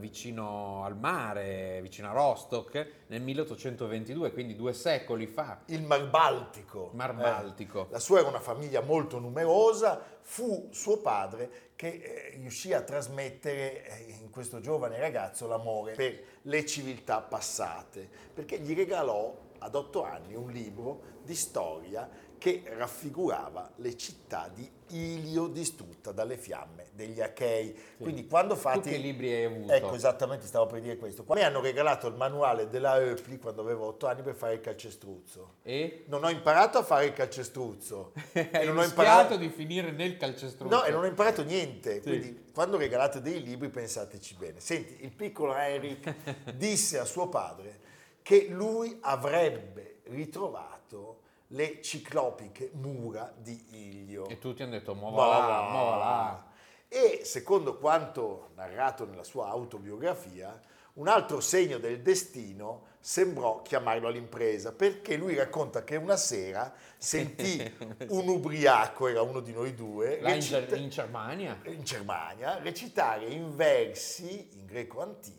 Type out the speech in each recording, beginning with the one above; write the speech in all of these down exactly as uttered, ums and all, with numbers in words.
vicino al mare, vicino a Rostock, nel milleottocentoventidue, quindi due secoli fa. Il Mar Baltico. Mar Baltico. Eh, la sua era una famiglia molto numerosa, fu suo padre che eh, riuscì a trasmettere eh, in questo giovane ragazzo l'amore per le civiltà passate, perché gli regalò ad otto anni un libro di storia che raffigurava le città di Ilio distrutta dalle fiamme degli Achei. Sì. Quindi quando fate... Tu che libri hai avuto? Ecco, esattamente, stavo per dire questo. A me hanno regalato il manuale della Oepli quando avevo otto anni per fare il calcestruzzo. E? Non ho imparato a fare il calcestruzzo. Hai e non ho rischiato imparato di finire nel calcestruzzo. No, e non ho imparato niente. Sì. Quindi quando regalate dei libri pensateci bene. Senti, il piccolo Eric disse a suo padre che lui avrebbe ritrovato le ciclopiche mura di Ilio. E tutti hanno detto, mo va là, Ma- mo va là. E secondo quanto narrato nella sua autobiografia, un altro segno del destino sembrò chiamarlo all'impresa, perché lui racconta che una sera sentì un ubriaco, era uno di noi due, Là in, recita- Ger- in Germania? in Germania, recitare in versi in greco antico,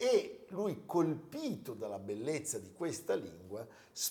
e lui, colpito dalla bellezza di questa lingua,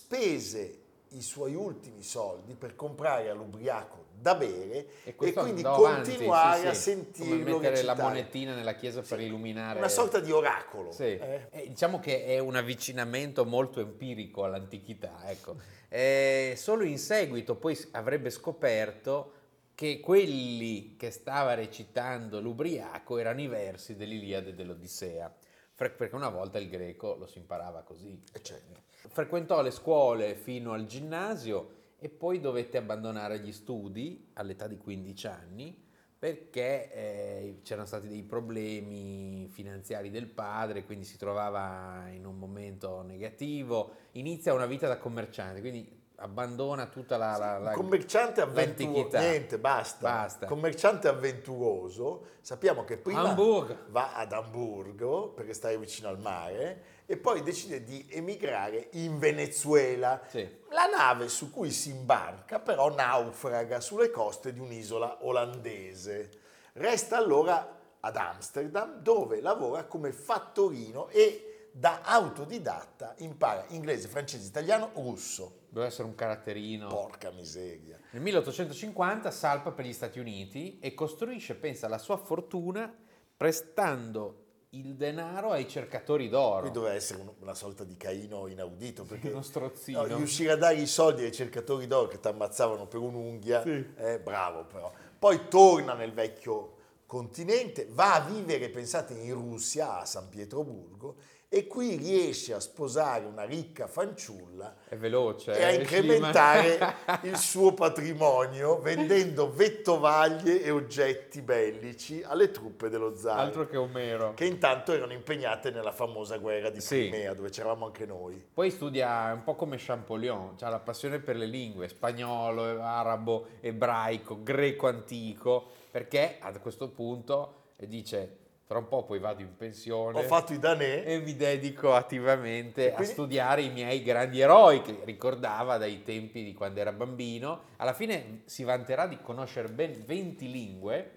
spese i suoi ultimi soldi per comprare all'ubriaco da bere E, e, questo quindi andò avanti, continuare sì, a sì. sentirlo Come mettere recitare. la monetina nella chiesa per illuminare. Una sorta di oracolo. Sì. eh. Eh, diciamo che è un avvicinamento molto empirico all'antichità, ecco. Eh, solo in seguito poi s- avrebbe scoperto che quelli che stava recitando l'ubriaco erano i versi dell'Iliade e dell'Odissea, Fre- perché una volta il greco lo si imparava così. E certo. Frequentò le scuole fino al ginnasio e poi dovette abbandonare gli studi all'età di quindici anni perché eh, c'erano stati dei problemi finanziari del padre, quindi si trovava in un momento negativo, inizia una vita da commerciante, quindi abbandona tutta la, la, la Commerciante avventuroso, l'antichità. niente, basta. Basta. Commerciante avventuroso, sappiamo che prima Hamburg. va ad Amburgo perché stare vicino al mare e poi decide di emigrare in Venezuela. Sì. La nave su cui si imbarca però naufraga sulle coste di un'isola olandese. Resta allora ad Amsterdam dove lavora come fattorino e da autodidatta impara inglese, francese, italiano, russo. Doveva essere un caratterino. Porca miseria. Nel milleottocentocinquanta salpa per gli Stati Uniti e costruisce, pensa, la sua fortuna prestando il denaro ai cercatori d'oro. Qui doveva essere un- una sorta di Caino inaudito, perché Uno strozzino. no, riuscire a dare i soldi ai cercatori d'oro che ti ammazzavano per un'unghia, Sì. eh, bravo però. Poi torna nel vecchio continente, va a vivere, pensate, in Russia, a San Pietroburgo, e qui riesce a sposare una ricca fanciulla È veloce. e a eh, incrementare Schliemann. il suo patrimonio vendendo vettovaglie e oggetti bellici alle truppe dello zar, Altro che Omero. che intanto erano impegnate nella famosa guerra di Sì. Crimea, dove c'eravamo anche noi. Poi studia un po' come Champollion, ha la passione per le lingue, spagnolo, arabo, ebraico, greco antico, perché a questo punto dice, tra un po' poi vado in pensione Ho fatto i danè, e mi dedico attivamente E quindi- a studiare i miei grandi eroi, che ricordava dai tempi di quando era bambino. Alla fine si vanterà di conoscere ben venti lingue.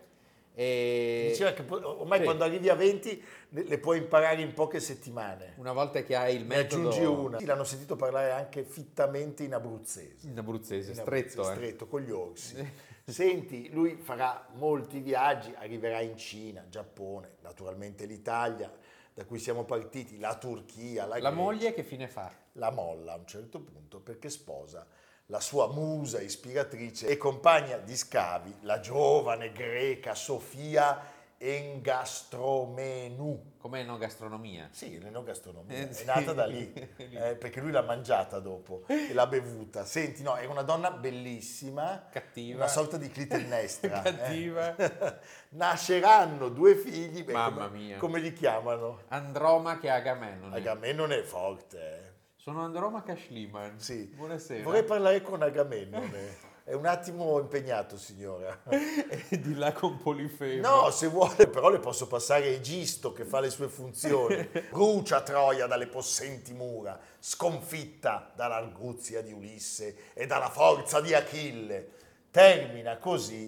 E diceva che poi- ormai Sì. quando arrivi a venti le le puoi imparare in poche settimane. una volta che hai il Ne metodo aggiungi una. Sì, l'hanno sentito parlare anche fittamente in abruzzese. in abruzzese, In stretto, abruzzese, eh. stretto, con gli orsi. Senti, lui farà molti viaggi, arriverà in Cina, Giappone, naturalmente l'Italia, da cui siamo partiti, la Turchia, la La Grecia. moglie che fine fa? La molla a un certo punto perché sposa la sua musa ispiratrice e compagna di scavi, la giovane greca Sofia Engastromenou. Come enogastronomia. Sì, l'enogastronomia, Eh, è sì. nata da lì, eh, perché lui l'ha mangiata dopo e l'ha bevuta. Senti, no, era una donna bellissima, Cattiva. una sorta di Clitennestra. eh. Cattiva. Nasceranno due figli, beh, Mamma come, mia. come li chiamano? Andromache e Agamennone. Agamennone è forte, eh. Sono Andromache e Schliemann. Sì. Buonasera. Vorrei parlare con Agamennone. È un attimo impegnato, signora. E di là con Polifemo. No, se vuole, però le posso passare Egisto che fa le sue funzioni. Brucia Troia dalle possenti mura, sconfitta dall'arguzia di Ulisse e dalla forza di Achille. Termina così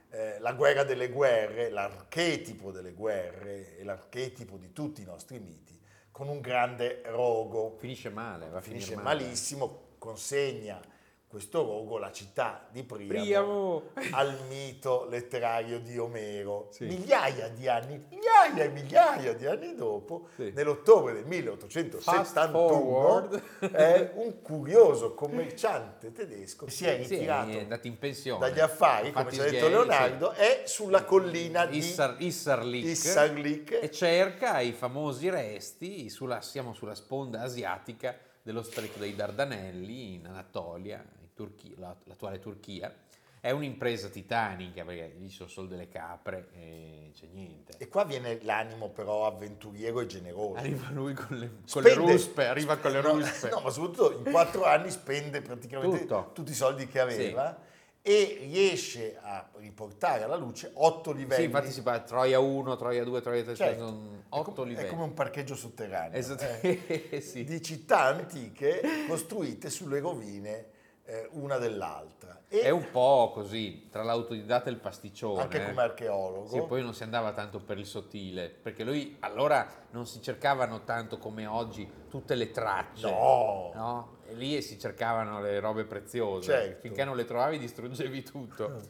eh, la guerra delle guerre, l'archetipo delle guerre e l'archetipo di tutti i nostri miti, con un grande rogo. Finisce male, va a Finisce finire male. malissimo, consegna questo rogo, la città di Priamo, Priamo! al mito letterario di Omero. Sì. Migliaia di anni, migliaia e migliaia di anni dopo, Sì. nell'ottobre del Fast milleottocentosettantuno, forward. è un curioso commerciante tedesco che si è Sì, ritirato è andato in pensione. dagli affari, come Infatti ci ha detto sgay, Leonardo, è sulla collina sì. di Issar, Issarlik, Issarlik. e cerca i famosi resti, sulla, siamo sulla sponda asiatica dello stretto dei Dardanelli, in Anatolia, in Turchia, l'attuale Turchia. È un'impresa titanica perché lì ci sono solo delle capre e c'è niente. E qua viene l'animo però avventuriero e generoso. Arriva lui con le, con Spende- le ruspe, arriva con le no, ruspe. No, ma soprattutto in quattro anni spende praticamente Tutto. tutti i soldi che aveva e riesce a riportare alla luce otto livelli. Sì, infatti si parla Troia uno, Troia due, Troia tre, Certo. sono È otto com- livelli. È come un parcheggio sotterraneo Esatto. eh, Sì. di città antiche costruite sulle rovine eh, una dell'altra. E È un po' così, tra l'autodidatta e il pasticcione. anche come archeologo. Sì, poi non si andava tanto per il sottile, perché lui allora non si cercavano tanto come oggi tutte le tracce. No. No? E lì si cercavano le robe preziose. Certo. Finché non le trovavi distruggevi tutto.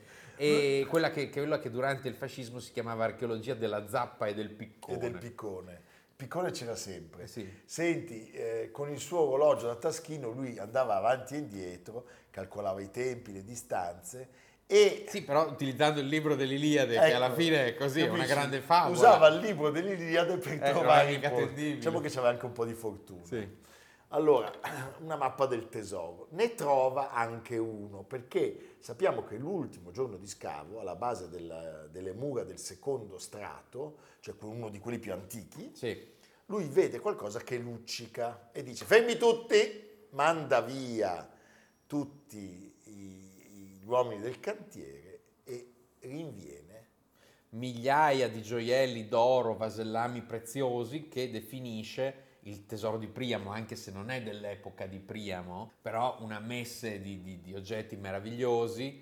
E quella che, quella che durante il fascismo si chiamava archeologia della zappa e del piccone. E del piccone. Piccone c'era sempre. Eh sì. Senti, eh, con il suo orologio da taschino lui andava avanti e indietro, calcolava i tempi, le distanze e... Sì, però utilizzando il libro dell'Iliade, che Ecco, alla fine è così, è una capisci? grande favola. Usava il libro dell'Iliade per Eh, non era trovare i mica posti. attendibile. Diciamo che c'aveva anche un po' di fortuna. Sì. Allora, una mappa del tesoro. Ne trova anche uno, perché sappiamo che l'ultimo giorno di scavo, alla base del- delle mura del secondo strato, cioè uno di quelli più antichi, Sì. lui vede qualcosa che luccica e dice: fermi tutti, manda via tutti i- gli uomini del cantiere e rinviene. Migliaia di gioielli d'oro, vasellami preziosi che definisce il tesoro di Priamo, anche se non è dell'epoca di Priamo, però una messe di, di- di oggetti meravigliosi.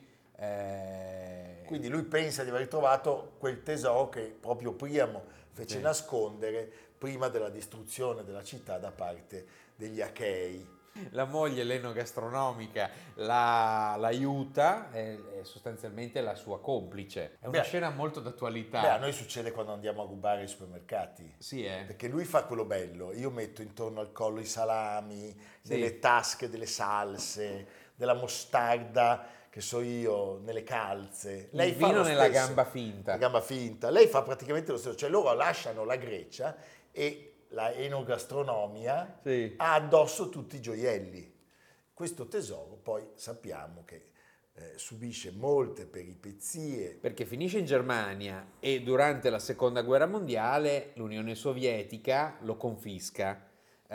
eh, Quindi lui pensa di aver trovato quel tesoro che proprio Priamo fece Sì. nascondere prima della distruzione della città da parte degli Achei. La moglie l'enogastronomica la, l'aiuta, è, è sostanzialmente la sua complice. È una Beh, scena molto d'attualità. Beh, a noi succede quando andiamo a rubare ai supermercati. Sì, eh. Perché lui fa quello bello, io metto intorno al collo i salami, Sì. nelle tasche delle salse, della mostarda, che so io, nelle calze. Il fa vino lo nella stesso. gamba finta. La gamba finta. Lei fa praticamente lo stesso, cioè loro lasciano la Grecia e la enogastronomia Sì. ha addosso tutti i gioielli. Questo tesoro poi sappiamo che eh, subisce molte peripezie. Perché finisce in Germania e durante la seconda guerra mondiale l'Unione Sovietica lo confisca.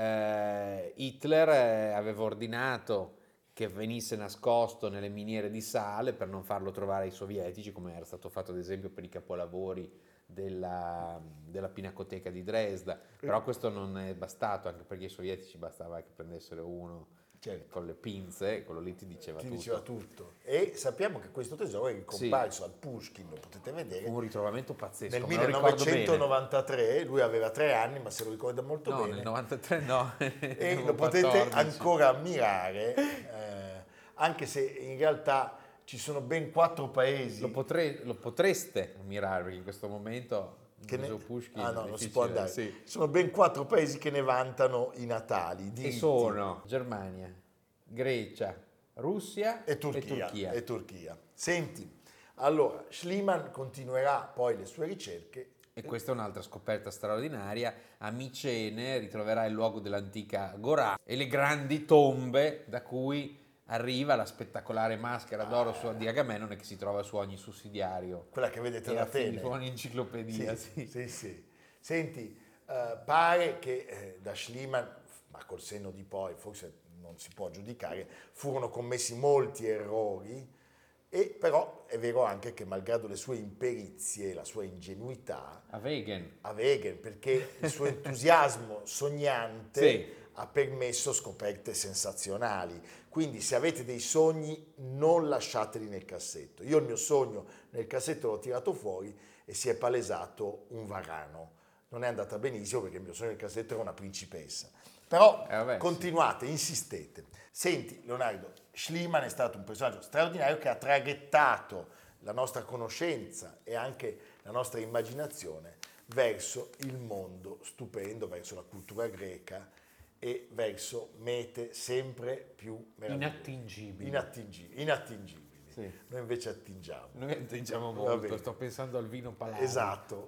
Eh, Hitler eh, aveva ordinato che venisse nascosto nelle miniere di sale per non farlo trovare ai sovietici, come era stato fatto ad esempio per i capolavori della, della Pinacoteca di Dresda. Però questo non è bastato, anche perché ai sovietici bastava che prendessero uno Certo. con le pinze, quello lì ti diceva Ti tutto. diceva tutto. E sappiamo che questo tesoro è ricomparso al Pushkin, lo potete vedere. Fu un ritrovamento pazzesco, Nel me lo ricordo bene. millenovecentonovantatré, lui aveva tre anni, ma se lo ricorda molto No, bene. nel novantatré no. E Avevo lo potete quattordici. ancora ammirare, eh, anche se in realtà ci sono ben quattro paesi. Lo, potre- lo potreste ammirare, perché in questo momento Che ne- Museo Pushkin ah è no, non si difficile, può andare. sì. Sono ben quattro paesi che ne vantano i natali. E diritti. sono Germania, Grecia, Russia e Turchia, e Turchia. e Turchia. Senti, allora Schliemann continuerà poi le sue ricerche. E questa è un'altra scoperta straordinaria. A Micene ritroverà il luogo dell'antica Agorà e le grandi tombe da cui arriva la spettacolare maschera d'oro su- di Agamennone che si trova su ogni sussidiario. Quella che vedete E ad a fine Atene. su ogni enciclopedia, Sì, sì. sì, sì. Senti, eh, pare che eh, da Schliemann, ma col senno di poi, forse non si può giudicare, furono commessi molti errori, e però è vero anche che malgrado le sue imperizie, la sua ingenuità, A Wegen. a Wegen, perché il suo entusiasmo sognante Sì. ha permesso scoperte sensazionali. Quindi se avete dei sogni non lasciateli nel cassetto. Io il mio sogno nel cassetto l'ho tirato fuori e si è palesato un varano. Non è andata benissimo perché il mio sogno nel cassetto era una principessa. Però eh vabbè, continuate, sì. insistete. Senti, Leonardo, Schliemann è stato un personaggio straordinario che ha traghettato la nostra conoscenza e anche la nostra immaginazione verso il mondo stupendo, verso la cultura greca e verso mete sempre più meravigliose. Inattingibili. Inattingibili. Inattingibili. Sì. Noi invece attingiamo. Noi attingiamo molto, sto pensando al vino Palazzo. Esatto.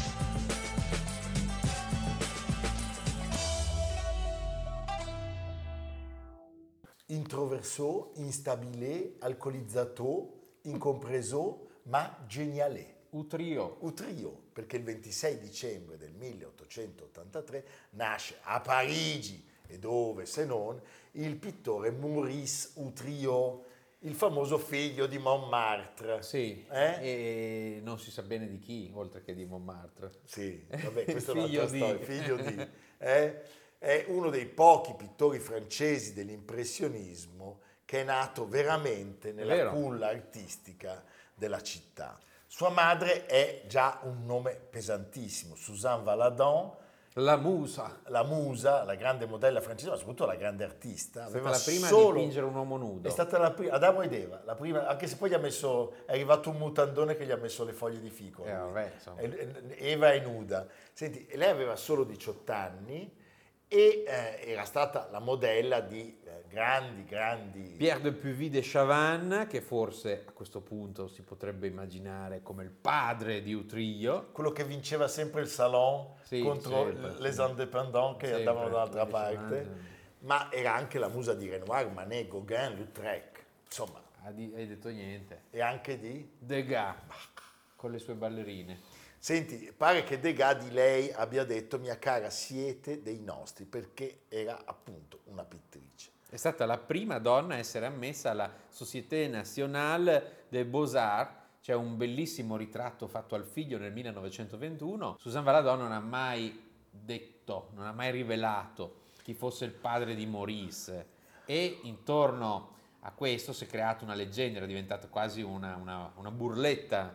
Introverso, instabile, alcolizzato, incompreso, ma geniale. Utrio. Utrio, perché il ventisei dicembre del milleottocentottantatré nasce a Parigi, e dove se non, il pittore Maurice Utrio, il famoso figlio di Montmartre. Sì, eh? e non si sa bene di chi, oltre che di Montmartre. Sì, vabbè, questa è Figlio un'altra di. storia, figlio di... Eh? È uno dei pochi pittori francesi dell'impressionismo che è nato veramente nella Vero. culla artistica della città. Sua madre è già un nome pesantissimo, Suzanne Valadon, La musa. la musa, la grande modella francese, ma soprattutto la grande artista. È stata Aveva la prima solo... a dipingere un uomo nudo. È stata la prima, Adamo ed Eva, la prima, anche se poi gli ha messo, è arrivato un mutandone che gli ha messo le foglie di fico. Eh, vabbè, insomma. Eva è nuda. Senti, lei aveva solo diciotto anni e eh, era stata la modella di eh, grandi, grandi... Pierre de Puvis de Chavannes, che forse a questo punto si potrebbe immaginare come il padre di Utrillo. Quello che vinceva sempre il salon Sì, contro sempre, les sì. indépendants che Sempre, andavano dall'altra Puvis de parte. Chavannes. Ma era anche la musa di Renoir, Manet, Gauguin, Lautrec, insomma, Hai detto niente. e anche di... Degas, con le sue ballerine. Senti, pare che Degas di lei abbia detto mia cara siete dei nostri, perché era appunto una pittrice. È stata la prima donna a essere ammessa alla Société Nationale des Beaux-Arts. C'è un bellissimo ritratto fatto al figlio nel millenovecentoventuno. Suzanne Valadon non ha mai detto, non ha mai rivelato chi fosse il padre di Maurice, e intorno a questo si è creata una leggenda, era diventata quasi una, una, una burletta.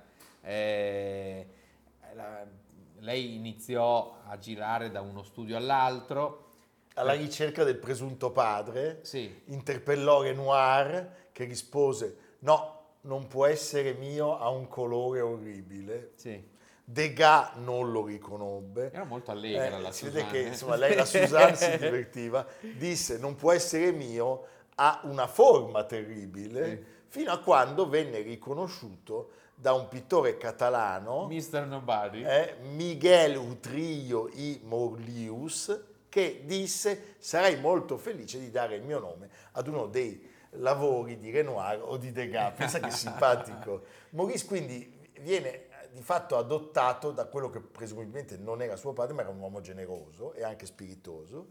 Eh, la, lei iniziò a girare da uno studio all'altro. Alla ricerca del presunto padre, Sì. interpellò Renoir che rispose no, non può essere mio, ha un colore orribile. Sì. Degas non lo riconobbe. Era molto allegra Eh, la si Suzanne. vede che insomma, lei, la Suzanne, si divertiva. Disse non può essere mio, ha una forma terribile, Sì. fino a quando venne riconosciuto da un pittore catalano, mister Nobody. eh, Miguel Utrillo y Morlius, che disse sarei molto felice di dare il mio nome ad uno dei lavori di Renoir o di Degas. Pensa che simpatico. Maurice quindi viene di fatto adottato da quello che presumibilmente non era suo padre, ma era un uomo generoso e anche spiritoso,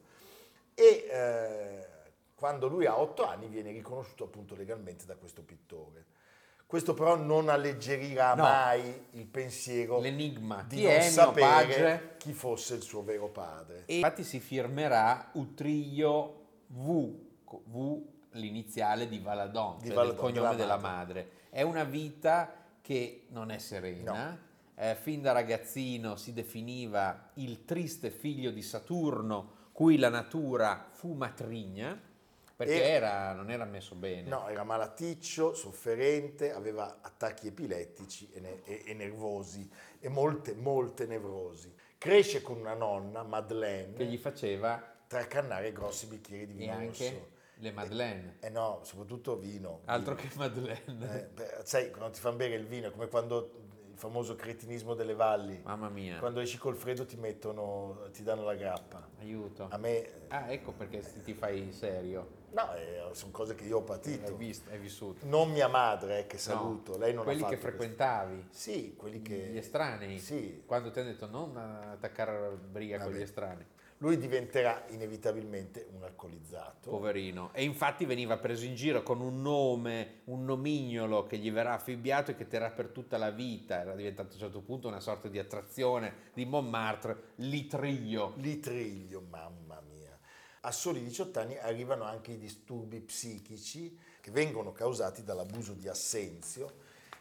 e eh, quando lui ha otto anni viene riconosciuto appunto legalmente da questo pittore. Questo però non alleggerirà No. mai il pensiero L'enigma. di Chi non è mio sapere padre? chi fosse il suo vero padre. E infatti si firmerà Utrillo V, V l'iniziale di Valadon, Di cioè Valadon, del cognome della della madre. È una vita che non è serena. Eh, fin da ragazzino si definiva il triste figlio di Saturno, cui la natura fu matrigna, perché E- era, non era messo bene. No, era malaticcio, sofferente, aveva attacchi epilettici e, ne- e- e nervosi, e molte, molte nevrosi. Cresce con una nonna, Madeleine, Che gli faceva, tracannare grossi bicchieri di e vino anche rosso. le Madeleine. Eh no, soprattutto vino. Altro vino. che Madeleine. Eh, beh, sai, quando ti fanno bere il vino è come quando il famoso cretinismo delle valli. Mamma mia, Quando esci col freddo ti mettono, ti danno la grappa. aiuto. A me, eh, Ah, ecco perché se ti fai serio. no, eh, sono cose che io ho Hai patito. visto, hai vissuto. Non mia madre, eh, che No, saluto, lei non quelli ha che fatto questo. frequentavi, Sì, quelli che... gli estranei, Sì. quando ti hanno detto non attaccare la briga con Vabbè. gli estranei, Lui diventerà inevitabilmente un alcolizzato. poverino. E infatti veniva preso in giro con un nome, un nomignolo che gli verrà affibbiato e che terrà per tutta la vita. Era diventato a un certo punto una sorta di attrazione di Montmartre, l'Itrillo. Litriglio, mamma mia. A soli diciotto anni arrivano anche i disturbi psichici che vengono causati dall'abuso di Assenzio,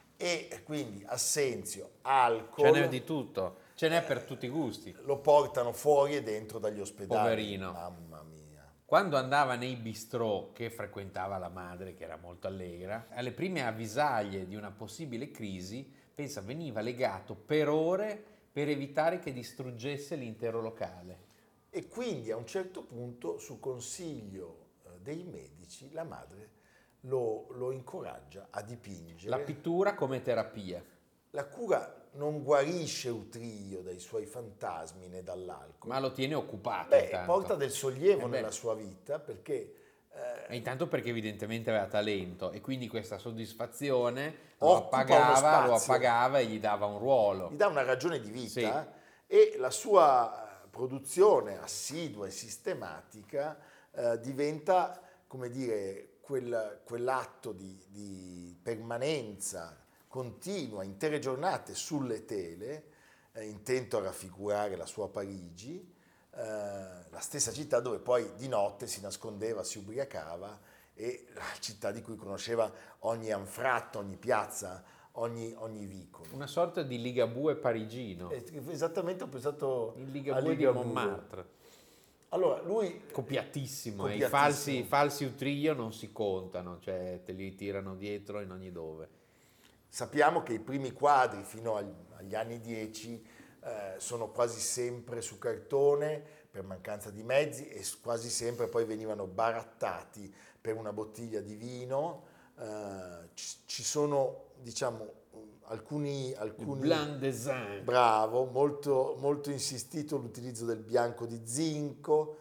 e quindi Assenzio, alcol, Ce n'è di tutto, ce n'è per tutti i gusti. lo portano fuori e dentro dagli ospedali. Poverino. Mamma mia. Quando andava nei bistrò che frequentava la madre, che era molto allegra, alle prime avvisaglie di una possibile crisi, pensa, veniva legato per ore per evitare che distruggesse l'intero locale. E quindi a un certo punto, su consiglio eh, dei medici, la madre lo, lo incoraggia a dipingere. La pittura come terapia. La cura non guarisce Utrillo dai suoi fantasmi né dall'alcol. Ma lo tiene occupato. Beh, intanto. porta del sollievo Eh beh. nella sua vita, perché E intanto perché evidentemente aveva talento e quindi questa soddisfazione lo Occupa uno appagava, lo spazio. appagava e gli dava un ruolo. gli dà una ragione di vita, Sì. e la sua produzione assidua e sistematica eh, diventa, come dire, quel, quell'atto di, di permanenza continua, intere giornate sulle tele, eh, intento a raffigurare la sua Parigi, eh, la stessa città dove poi di notte si nascondeva, si ubriacava, e la città di cui conosceva ogni anfratto, ogni piazza, ogni, ogni vicolo. Una sorta di Ligabue parigino. Eh, Esattamente, ho pensato Il a Ligabue di Ligabue. Montmartre. Allora, lui Copiatissimo, e i Copiatissimo. falsi, i falsi Utrillo non si contano, cioè te li tirano dietro in ogni dove. sappiamo che i primi quadri fino agli, agli anni dieci eh, sono quasi sempre su cartone per mancanza di mezzi, e quasi sempre poi venivano barattati per una bottiglia di vino. Eh, ci, ci sono, diciamo, alcuni... Il alcuni blanc design. Bravo, molto, molto insistito l'utilizzo del bianco di zinco.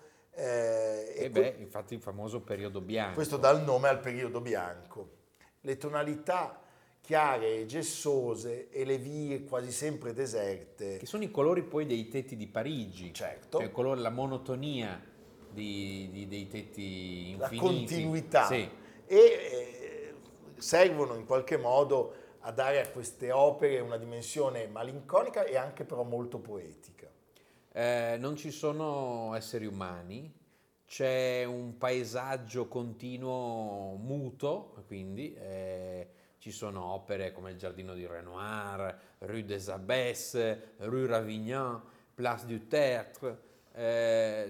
eh, E e beh, infatti il famoso periodo bianco. questo dà il nome al periodo bianco. Le tonalità chiare e gessose e le vie quasi sempre deserte. Che sono i colori poi dei tetti di Parigi. Certo. Cioè il colore, la monotonia di, di- dei tetti La infiniti. continuità. Sì. E eh, servono in qualche modo a dare a queste opere una dimensione malinconica e anche però molto poetica. Eh, non ci sono esseri umani, c'è un paesaggio continuo muto, quindi eh, ci sono opere come il Giardino di Renoir, Rue des Abbesses, Rue Ravignan, Place du Tertre, eh,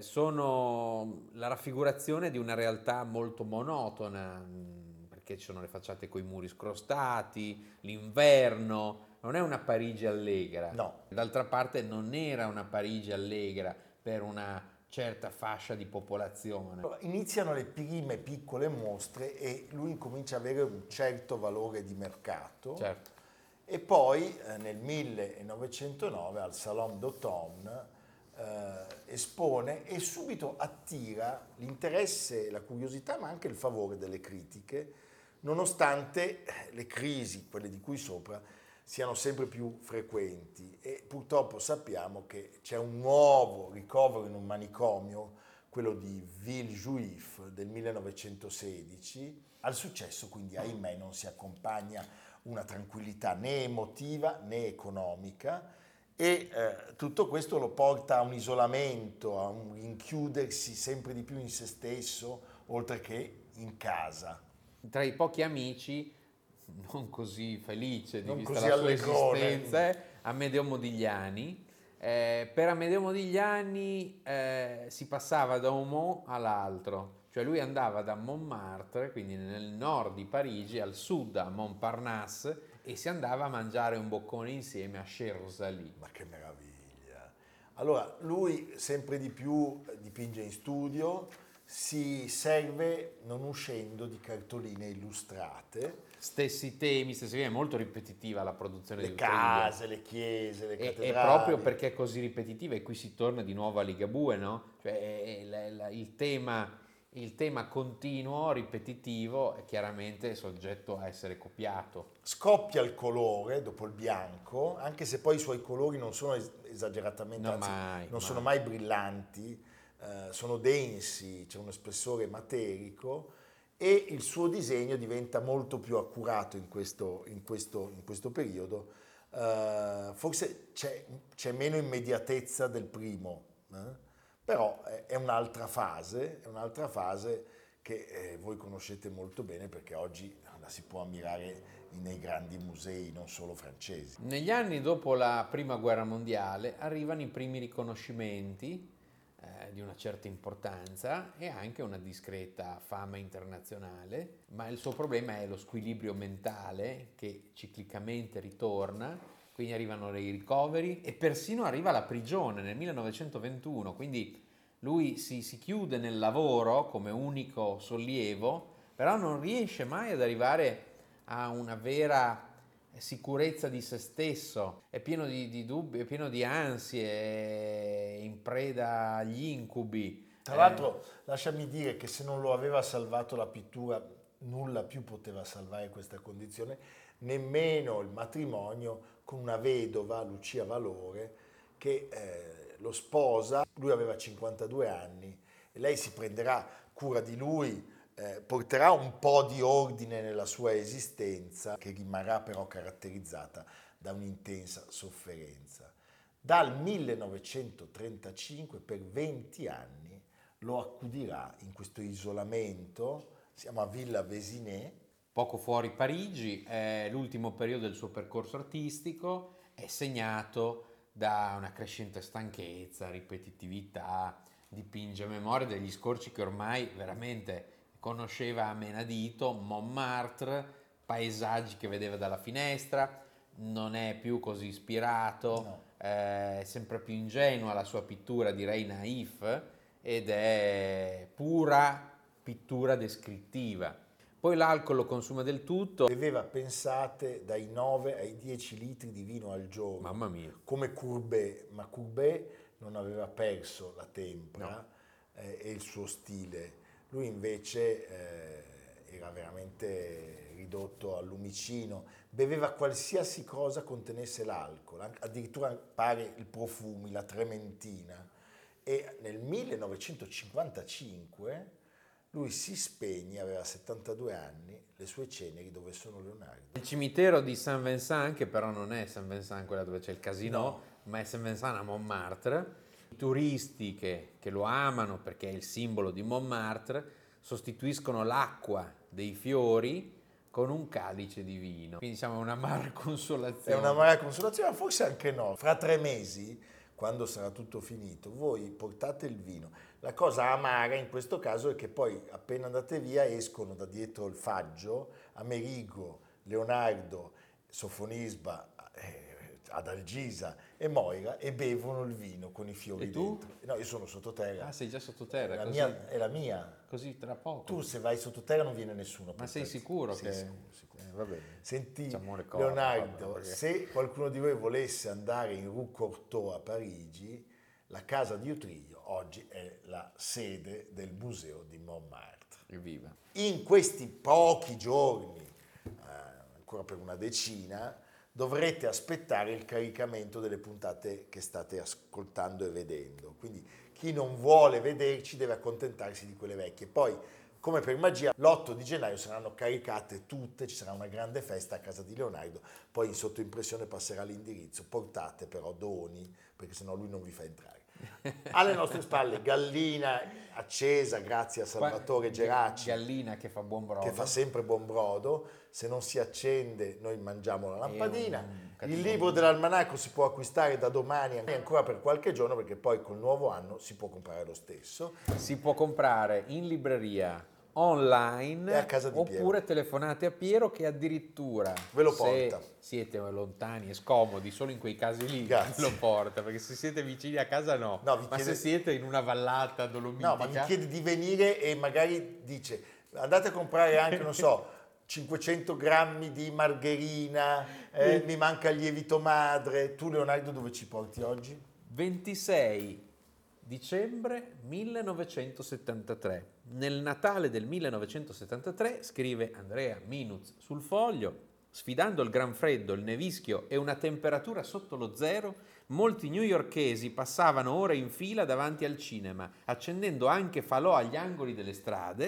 sono la raffigurazione di una realtà molto monotona, mh, perché ci sono le facciate coi muri scrostati, l'inverno. Non è una Parigi allegra. No. D'altra parte non era una Parigi allegra per una certa fascia di popolazione. Allora, iniziano le prime piccole mostre e lui comincia ad avere un certo valore di mercato. Certo. E poi eh, nel millenovecentonove al Salon d'Automne eh, espone e subito attira l'interesse, la curiosità, ma anche il favore delle critiche, nonostante le crisi, quelle di cui sopra, siano sempre più frequenti. E purtroppo sappiamo che c'è un nuovo ricovero in un manicomio, quello di Villejuif del millenovecentosedici. Al successo quindi, ahimè, non si accompagna una tranquillità né emotiva né economica, e eh, tutto questo lo porta a un isolamento, a un rinchiudersi sempre di più in se stesso, oltre che in casa. Tra i pochi amici, non così felice di Non vista così la sua allegrone. esistenza, eh, Amedeo Modigliani. Eh, per Amedeo Modigliani eh, si passava da un mont all'altro, cioè lui andava da Montmartre, quindi nel nord di Parigi, al sud a Montparnasse, e si andava a mangiare un boccone insieme a Cherzali. Ma che meraviglia! Allora, lui sempre di più dipinge in studio, si serve non uscendo di cartoline illustrate. Stessi temi, stessi temi, è molto ripetitiva la produzione Le di Utrillo. case, le chiese, le E, cattedrali. e proprio perché è così ripetitiva, e qui si torna di nuovo a Ligabue, no? Cioè è- è la- la- il, tema, il tema continuo, ripetitivo, è chiaramente soggetto a essere copiato. Scoppia il colore dopo il bianco, anche se poi i suoi colori non sono es- esageratamente, No, anzi, mai, non mai. sono mai brillanti, eh, sono densi, c'è uno spessore materico, e il suo disegno diventa molto più accurato in questo, in questo, in questo periodo. Eh, forse c'è, c'è meno immediatezza del primo, eh? Però eh, è un'altra fase, è un'altra fase che eh, voi conoscete molto bene perché oggi la si può ammirare nei grandi musei, non solo francesi. Negli anni dopo la Prima Guerra Mondiale arrivano i primi riconoscimenti eh, di una certa importanza e anche una discreta fama internazionale, ma il suo problema è lo squilibrio mentale che ciclicamente ritorna, quindi arrivano dei ricoveri e persino arriva la prigione nel millenovecentoventuno, quindi lui si, si chiude nel lavoro come unico sollievo, però non riesce mai ad arrivare a una vera sicurezza di se stesso, è pieno di, di dubbi, è pieno di ansie, è in preda agli incubi. Tra l'altro, lasciami dire che se non lo aveva salvato la pittura, nulla più poteva salvare questa condizione, nemmeno il matrimonio con una vedova, Lucia Valore, che eh, lo sposa. Lui aveva cinquantadue anni e lei si prenderà cura di lui, eh, porterà un po' di ordine nella sua esistenza, che rimarrà però caratterizzata da un'intensa sofferenza. Dal millenovecentotrentacinque per venti anni lo accudirà in questo isolamento, siamo a Villa Vésinet. Poco fuori Parigi, è l'ultimo periodo del suo percorso artistico, è segnato da una crescente stanchezza, ripetitività, dipinge a memoria degli scorci che ormai veramente conosceva a menadito, Montmartre, paesaggi che vedeva dalla finestra, non è più così ispirato, No. eh, è sempre più ingenua la sua pittura, direi naif, ed è pura pittura descrittiva. Poi l'alcol lo consuma del tutto. Beveva, pensate, dai nove ai dieci litri di vino al giorno. Mamma mia. Come Courbet, ma Courbet non aveva perso la tempra No. eh, e il suo stile. Lui invece eh, era veramente ridotto al lumicino, beveva qualsiasi cosa contenesse l'alcol, addirittura pare i profumi, la trementina. E nel millenovecentocinquantacinque lui si spegne, aveva settantadue anni, le sue ceneri dove sono Leonardo? Il cimitero di Saint-Vincent, che però non è Saint-Vincent quella dove c'è il casino, No. ma è Saint-Vincent a Montmartre. I turisti che, che lo amano perché è il simbolo di Montmartre sostituiscono l'acqua dei fiori con un calice di vino. Quindi diciamo una amara consolazione. È una amara consolazione, ma forse anche no. Fra tre mesi, quando sarà tutto finito, voi portate il vino. La cosa amara in questo caso è che poi appena andate via escono da dietro il faggio Amerigo, Leonardo, Sofonisba, eh, Adalgisa e Moira e bevono il vino con i fiori E tu? dentro. No, io sono sottoterra. Ah, sei già sottoterra, La così, mia, è la mia. così tra poco. Tu se vai sottoterra non viene nessuno. Ma per sei te. sicuro Sì, che... sicuro, sicuro. Eh, va bene. Senti, Facciamo un ricordo, Leonardo, vabbè, perché- se qualcuno di voi volesse andare in Rue Cortot a Parigi, la casa di Utrillo oggi è la sede del museo di Montmartre. Evviva. In questi pochi giorni, eh, ancora per una decina, dovrete aspettare il caricamento delle puntate che state ascoltando e vedendo. Quindi chi non vuole vederci deve accontentarsi di quelle vecchie. Poi, come per magia, l'otto di gennaio saranno caricate tutte, ci sarà una grande festa a casa di Leonardo, poi in sottoimpressione passerà l'indirizzo, portate però doni, perché sennò lui non vi fa entrare. Alle nostre spalle Gallina accesa grazie a Salvatore Qua- Geraci, Gallina che fa buon brodo. che fa sempre buon brodo. Se non si accende noi mangiamo la lampadina. un cattivo Il libro dell'almanacco si può acquistare da domani e ancora per qualche giorno, perché poi col nuovo anno si può comprare lo stesso. Si può comprare in libreria, online, E a casa di Piero. oppure telefonate a Piero che addirittura Ve lo se porta. siete lontani e scomodi, solo in quei casi lì Grazie. lo porta, perché se siete vicini a casa no, No, vi ma chiede- se siete in una vallata dolomitica, No, ma vi chiede di venire e magari dice andate a comprare anche, non so, cinquecento grammi di margherina, eh, mi manca il lievito madre. Tu Leonardo dove ci porti oggi? ventisei dicembre millenovecentosettantatré. Nel Natale del millenovecentosettantatré, scrive Andrea Minuz sul foglio, sfidando il gran freddo, il nevischio e una temperatura sotto lo zero, molti newyorkesi passavano ore in fila davanti al cinema, accendendo anche falò agli angoli delle strade,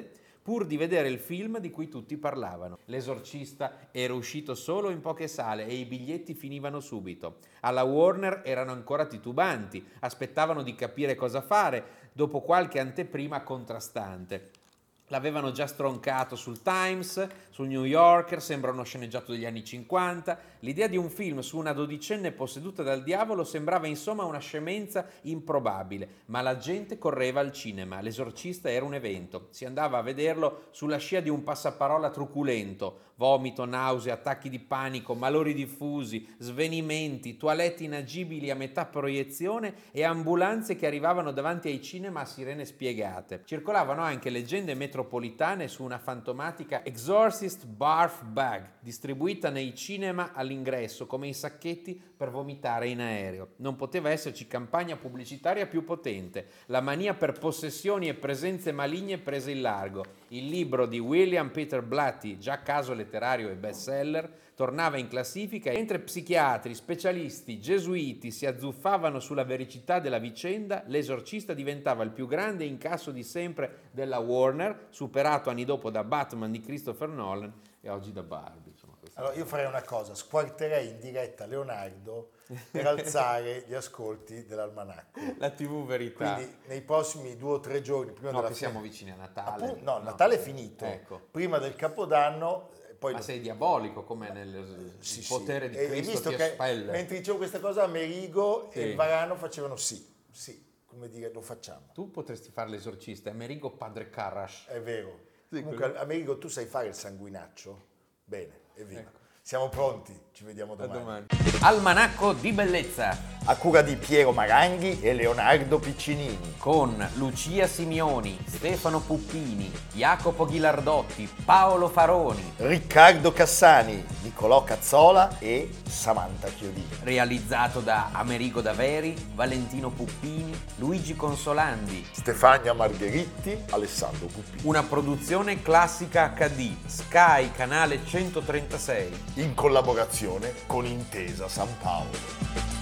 pur di vedere il film di cui tutti parlavano. L'Esorcista era uscito solo in poche sale e i biglietti finivano subito. Alla Warner erano ancora titubanti, aspettavano di capire cosa fare dopo qualche anteprima contrastante. L'avevano già stroncato sul Times, sul New Yorker, sembra uno sceneggiato degli anni cinquanta. L'idea di un film su una dodicenne posseduta dal diavolo sembrava insomma una scemenza improbabile, ma la gente correva al cinema. L'Esorcista era un evento, si andava a vederlo sulla scia di un passaparola truculento. Vomito, nausea, attacchi di panico, malori diffusi, svenimenti, toilette inagibili a metà proiezione e ambulanze che arrivavano davanti ai cinema a sirene spiegate. Circolavano anche leggende metropolitane su una fantomatica Exorcist Barf Bag, distribuita nei cinema all'ingresso come in sacchetti per vomitare in aereo. Non poteva esserci campagna pubblicitaria più potente. La mania per possessioni e presenze maligne prese il largo. Il libro di William Peter Blatty, già caso letterario e bestseller, tornava in classifica e mentre psichiatri, specialisti, gesuiti si azzuffavano sulla vericità della vicenda, L'Esorcista diventava il più grande incasso di sempre della Warner, superato anni dopo da Batman di Christopher Nolan e oggi da Barbie. Insomma, allora io farei una cosa, squarterei in diretta Leonardo per alzare gli ascolti dell'almanacco. La tivù Verità. Quindi nei prossimi due o tre giorni, prima no, della che fine, siamo vicini a Natale. Appunto, no, Natale è finito, ecco. Prima del Capodanno. Poi ma lo... sei diabolico come nel sì, potere sì. di Cristo visto ti che espelle. Mentre dicevo questa cosa, Amerigo sì. e Varano facevano sì, sì, come dire, lo facciamo. Tu potresti fare l'esorcista, Amerigo padre Carras. È vero. Sì, comunque, quello. Amerigo, tu sai fare il sanguinaccio? Bene, evviva. Ecco. Siamo pronti, ci vediamo domani. A domani. Almanacco di bellezza A cura di Piero Maranghi e Leonardo Piccinini. con Lucia Simioni, Stefano Puppini, Jacopo Ghilardotti, Paolo Faroni. Riccardo Cassani, Nicolò Cazzola e Samantha Chiodini. Realizzato da Amerigo Daveri, Valentino Puppini, Luigi Consolandi. Stefania Margheritti, Alessandro Puppini. Una produzione Classica acca di, Sky canale centotrentasei. In collaborazione con Intesa San Paolo.